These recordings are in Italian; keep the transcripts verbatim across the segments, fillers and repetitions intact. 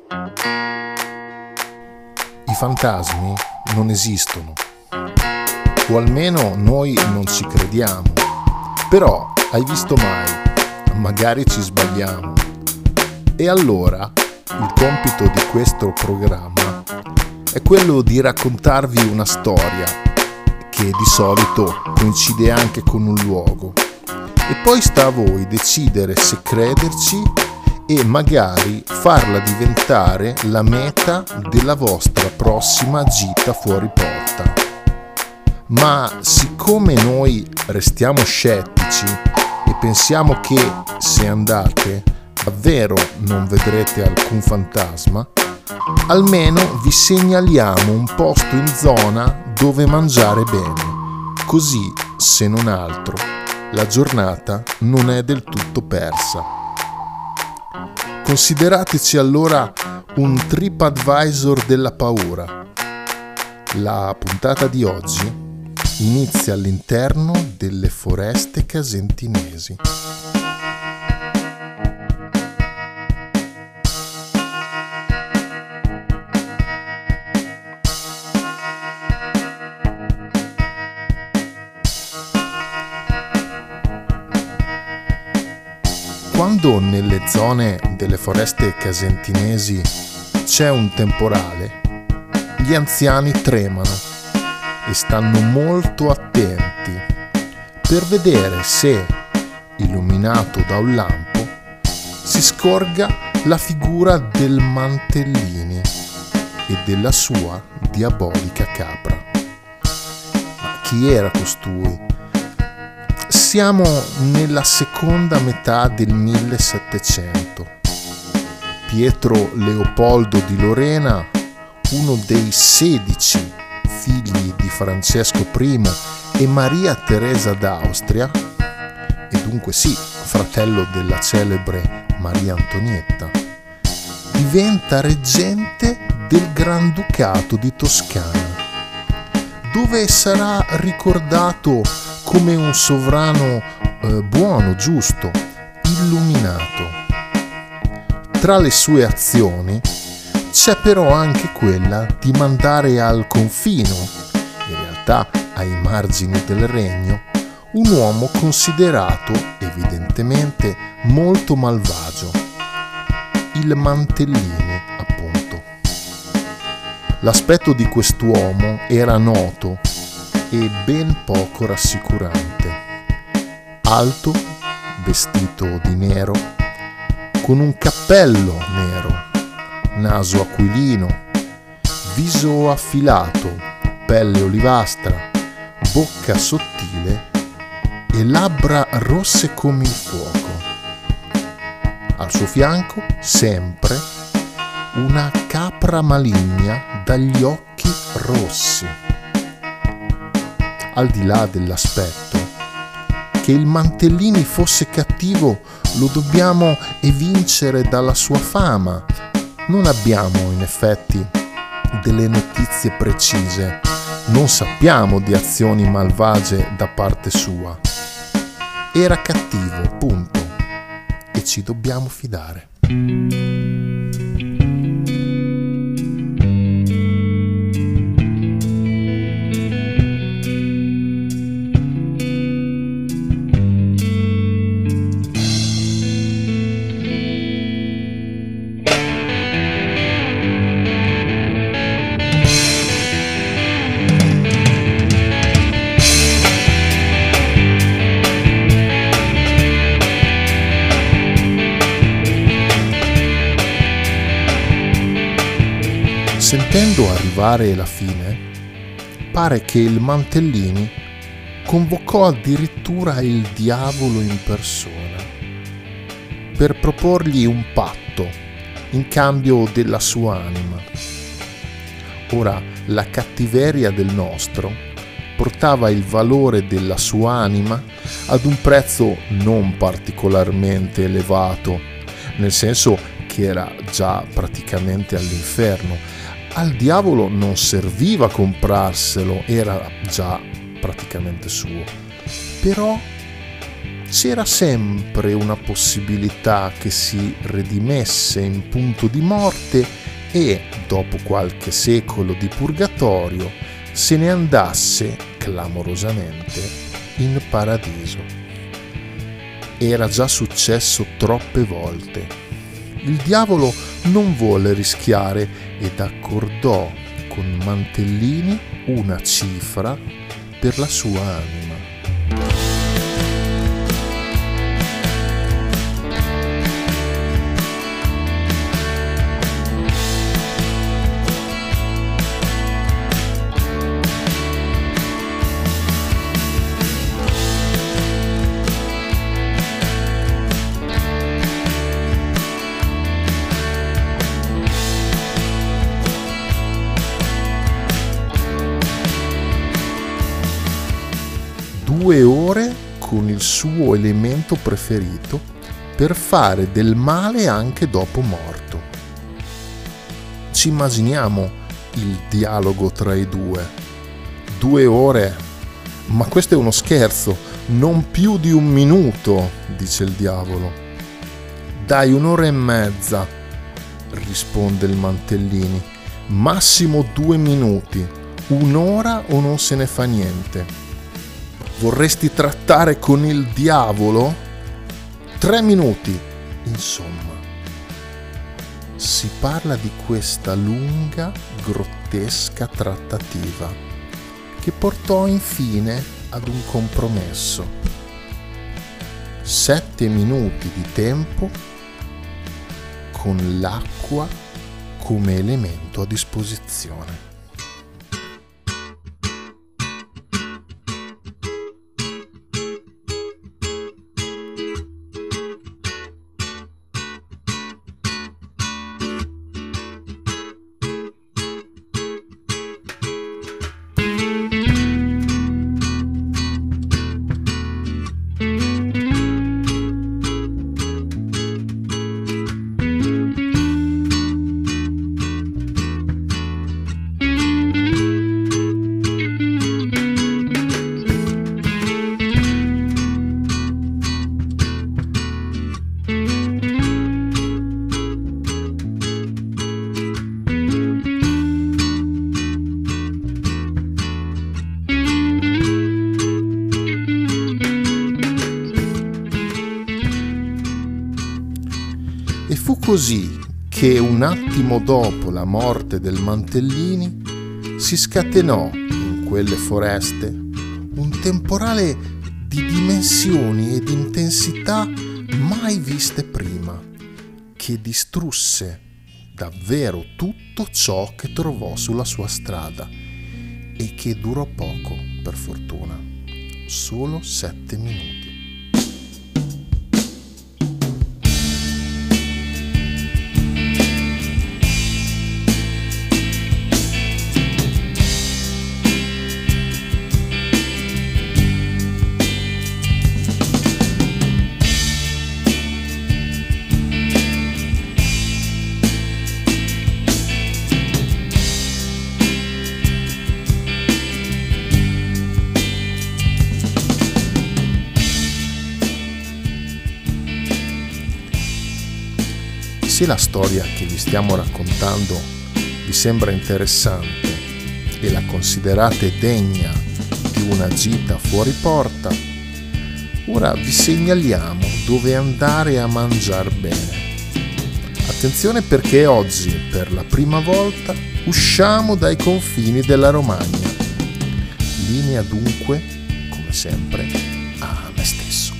I fantasmi non esistono, o almeno noi non ci crediamo. Però, hai visto mai? Magari ci sbagliamo. E allora, il compito di questo programma è quello di raccontarvi una storia che di solito coincide anche con un luogo. E poi sta a voi decidere se crederci e magari farla diventare la meta della vostra prossima gita fuori porta. Ma siccome noi restiamo scettici e pensiamo che se andate davvero non vedrete alcun fantasma, almeno vi segnaliamo un posto in zona dove mangiare bene, così se non altro la giornata non è del tutto persa. Considerateci allora un TripAdvisor della paura. La puntata di oggi inizia all'interno delle foreste casentinesi. Quando nelle zone delle foreste casentinesi c'è un temporale, gli anziani tremano e stanno molto attenti per vedere se, illuminato da un lampo, si scorga la figura del Mantellini e della sua diabolica capra. Ma chi era costui? Siamo nella seconda metà del millesettecento. Pietro Leopoldo di Lorena, uno dei sedici figli di Francesco primo e Maria Teresa d'Austria, e dunque sì, fratello della celebre Maria Antonietta, diventa reggente del Granducato di Toscana, dove sarà ricordato come un sovrano eh, buono, giusto, illuminato. Tra le sue azioni c'è però anche quella di mandare al confino, in realtà ai margini del regno, un uomo considerato evidentemente molto malvagio, il Mantellini, appunto. L'aspetto di quest'uomo era noto e ben poco rassicurante. Alto, vestito di nero, con un cappello nero, naso aquilino, viso affilato, pelle olivastra, bocca sottile e labbra rosse come il fuoco. Al suo fianco, sempre, una capra maligna dagli occhi rossi. Al di là dell'aspetto, che il Mantellini fosse cattivo lo dobbiamo evincere dalla sua fama. Non abbiamo in effetti delle notizie precise, non sappiamo di azioni malvagie da parte sua. Era cattivo, punto, e ci dobbiamo fidare. Sentendo arrivare la fine, pare che il Mantellini convocò addirittura il diavolo in persona per proporgli un patto in cambio della sua anima. Ora, la cattiveria del nostro portava il valore della sua anima ad un prezzo non particolarmente elevato, nel senso che era già praticamente all'inferno. Al diavolo non serviva comprarselo, era già praticamente suo. Però c'era sempre una possibilità che si redimesse in punto di morte e, dopo qualche secolo di purgatorio, se ne andasse clamorosamente in paradiso. Era già successo troppe volte. Il diavolo non volle rischiare ed accordò con Mantellini una cifra per la sua anima. Due ore con il suo elemento preferito per fare del male anche dopo morto. Ci immaginiamo il dialogo tra i due. Due ore? Ma questo è uno scherzo, non più di un minuto, dice il diavolo. Dai, un'ora e mezza, risponde il Mantellini. Massimo due minuti. Un'ora o non se ne fa niente. Vorresti trattare con il diavolo? Tre minuti. Insomma, si parla di questa lunga, grottesca trattativa che portò infine ad un compromesso. Sette minuti di tempo con l'acqua come elemento a disposizione. E fu così che un attimo dopo la morte del Mantellini si scatenò in quelle foreste un temporale di dimensioni e di intensità mai viste prima, che distrusse davvero tutto ciò che trovò sulla sua strada e che durò poco, per fortuna, solo sette minuti. Se la storia che vi stiamo raccontando vi sembra interessante e la considerate degna di una gita fuori porta, ora vi segnaliamo dove andare a mangiar bene. Attenzione, perché oggi, per la prima volta, usciamo dai confini della Romagna. Linea dunque, come sempre, a me stesso.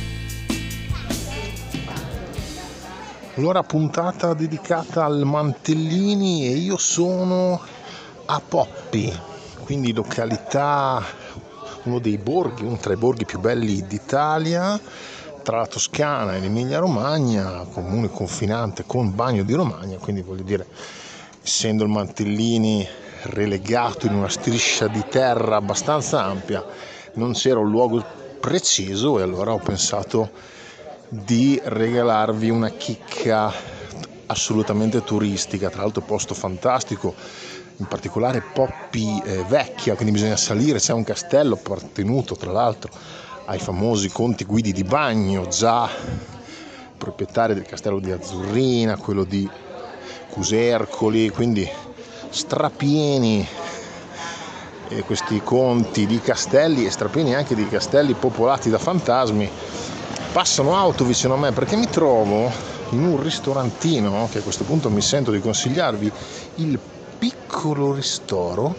Allora, puntata dedicata al Mantellini e io sono a Poppi, quindi località, uno dei borghi, uno tra i borghi più belli d'Italia, tra la Toscana e l'Emilia Romagna, comune confinante con Bagno di Romagna, quindi voglio dire, essendo il Mantellini relegato in una striscia di terra abbastanza ampia, non c'era un luogo preciso e allora ho pensato di regalarvi una chicca assolutamente turistica. Tra l'altro posto fantastico, in particolare Poppi eh, vecchia, quindi bisogna salire, c'è un castello appartenuto tra l'altro ai famosi conti Guidi di Bagno, già proprietari del castello di Azzurrina, quello di Cusercoli, quindi strapieni eh, questi conti di castelli e strapieni anche di castelli popolati da fantasmi. Passano auto vicino a me perché mi trovo in un ristorantino che a questo punto mi sento di consigliarvi, il Piccolo Ristoro,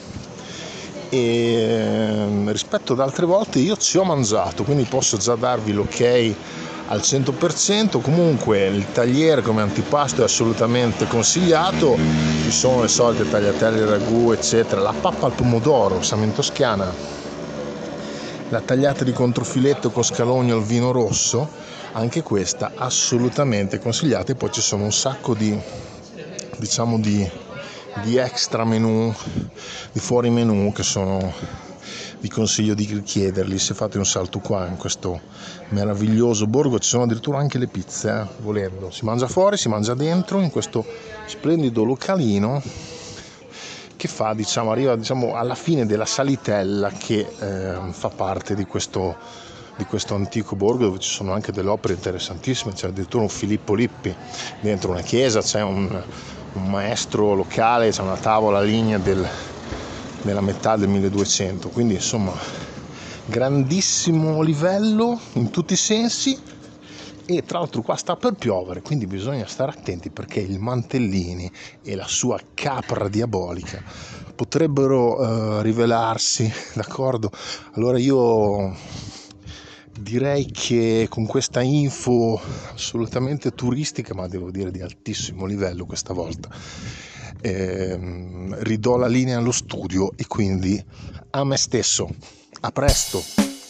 e rispetto ad altre volte io ci ho mangiato, quindi posso già darvi l'ok al cento per cento. Comunque il tagliere come antipasto è assolutamente consigliato, ci sono le solite tagliatelle, ragù eccetera, la pappa al pomodoro, siamo in Toscana, la tagliata di controfiletto con scalogno al vino rosso, anche questa assolutamente consigliata. E poi ci sono un sacco di diciamo di, di extra menù, di fuori menù che sono, vi consiglio di chiederli se fate un salto qua in questo meraviglioso borgo. Ci sono addirittura anche le pizze, eh, volendo, si mangia fuori, si mangia dentro, in questo splendido localino che fa, diciamo, arriva diciamo alla fine della salitella che eh, fa parte di questo, di questo antico borgo, dove ci sono anche delle opere interessantissime. C'è addirittura un Filippo Lippi dentro una chiesa, c'è un, un maestro locale, c'è una tavola lignea del, della metà del milleduecento, quindi insomma grandissimo livello in tutti i sensi. E tra l'altro qua sta per piovere, quindi bisogna stare attenti perché il Mantellini e la sua capra diabolica potrebbero eh, rivelarsi, d'accordo? Allora io direi che con questa info assolutamente turistica, ma devo dire di altissimo livello questa volta, eh, ridò la linea allo studio e quindi a me stesso. A presto!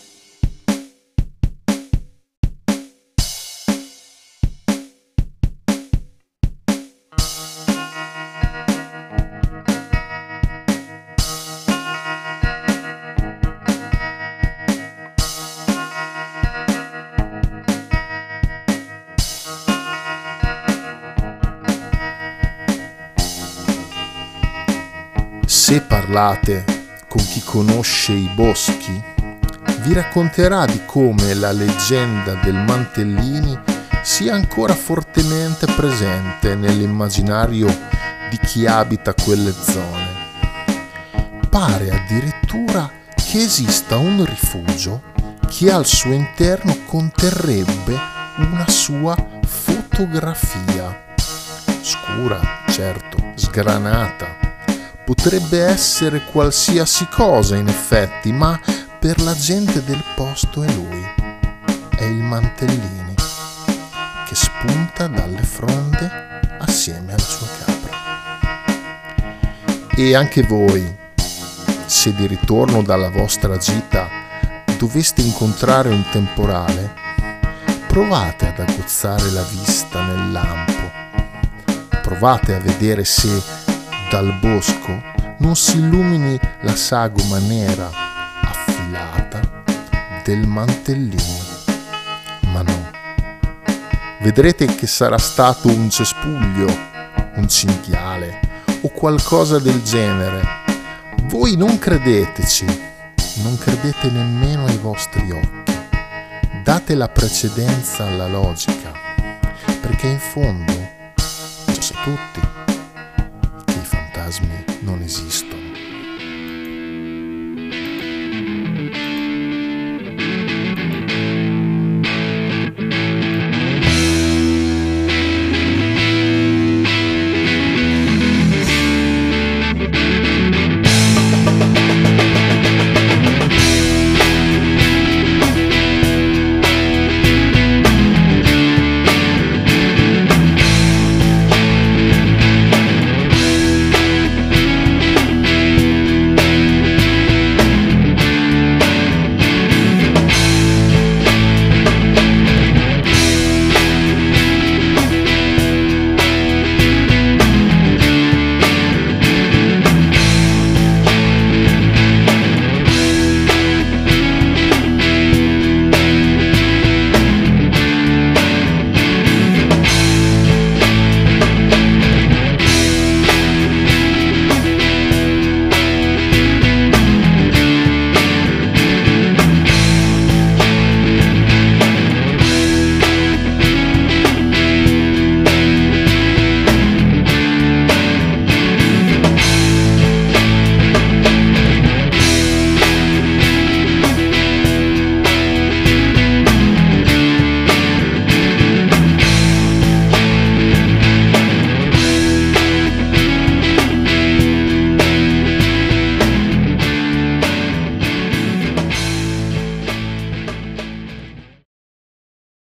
Se parlate con chi conosce i boschi, vi racconterà di come la leggenda del Mantellini sia ancora fortemente presente nell'immaginario di chi abita quelle zone. Pare addirittura che esista un rifugio che al suo interno conterrebbe una sua fotografia. Scura, certo, sgranata. Potrebbe essere qualsiasi cosa in effetti, ma per la gente del posto è lui, è il Mantellini, che spunta dalle fronde assieme alla sua capra. E anche voi, se di ritorno dalla vostra gita doveste incontrare un temporale, provate ad aguzzare la vista nel lampo, provate a vedere se dal bosco non si illumini la sagoma nera affilata del Mantellini. Ma no, vedrete che sarà stato un cespuglio, un cinghiale o qualcosa del genere. Voi non credeteci, non credete nemmeno ai vostri occhi. Date la precedenza alla logica, perché in fondo, lo sa tutti, non esistono.